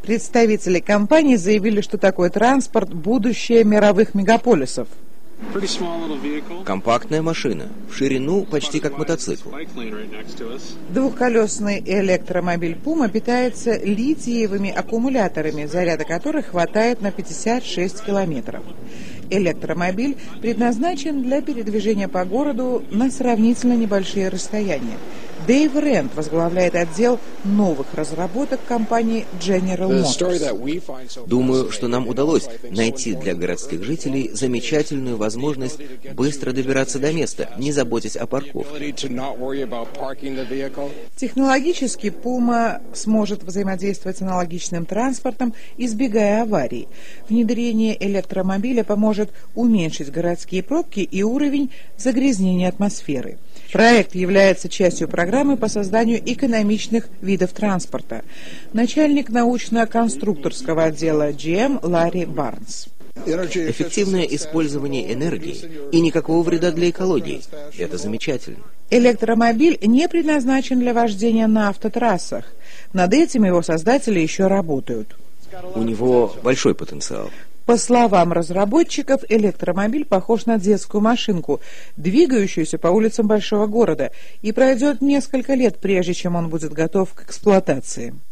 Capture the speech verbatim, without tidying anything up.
Представители компании заявили, что такой транспорт – будущее мировых мегаполисов. Компактная машина, в ширину почти как мотоцикл. Двухколесный электромобиль Puma питается литиевыми аккумуляторами, заряда которых хватает на пятьдесят шесть километров. Электромобиль предназначен для передвижения по городу на сравнительно небольшие расстояния. Дэйв Рент возглавляет отдел новых разработок компании General Motors. Думаю, что нам удалось найти для городских жителей замечательную возможность быстро добираться до места, не заботясь о парковке. Технологически Puma сможет взаимодействовать с аналогичным транспортом, избегая аварий. Внедрение электромобиля поможет уменьшить городские пробки и уровень загрязнения атмосферы. Проект является частью программы по созданию экономичных видов транспорта. Начальник научно-конструкторского отдела джи эм Ларри Барнс. Эффективное использование энергии и никакого вреда для экологии. Это замечательно. Электромобиль не предназначен для вождения на автотрассах. Над этим его создатели еще работают. У него большой потенциал. По словам разработчиков, электромобиль похож на детскую машинку, двигающуюся по улицам большого города, и пройдет несколько лет, прежде чем он будет готов к эксплуатации.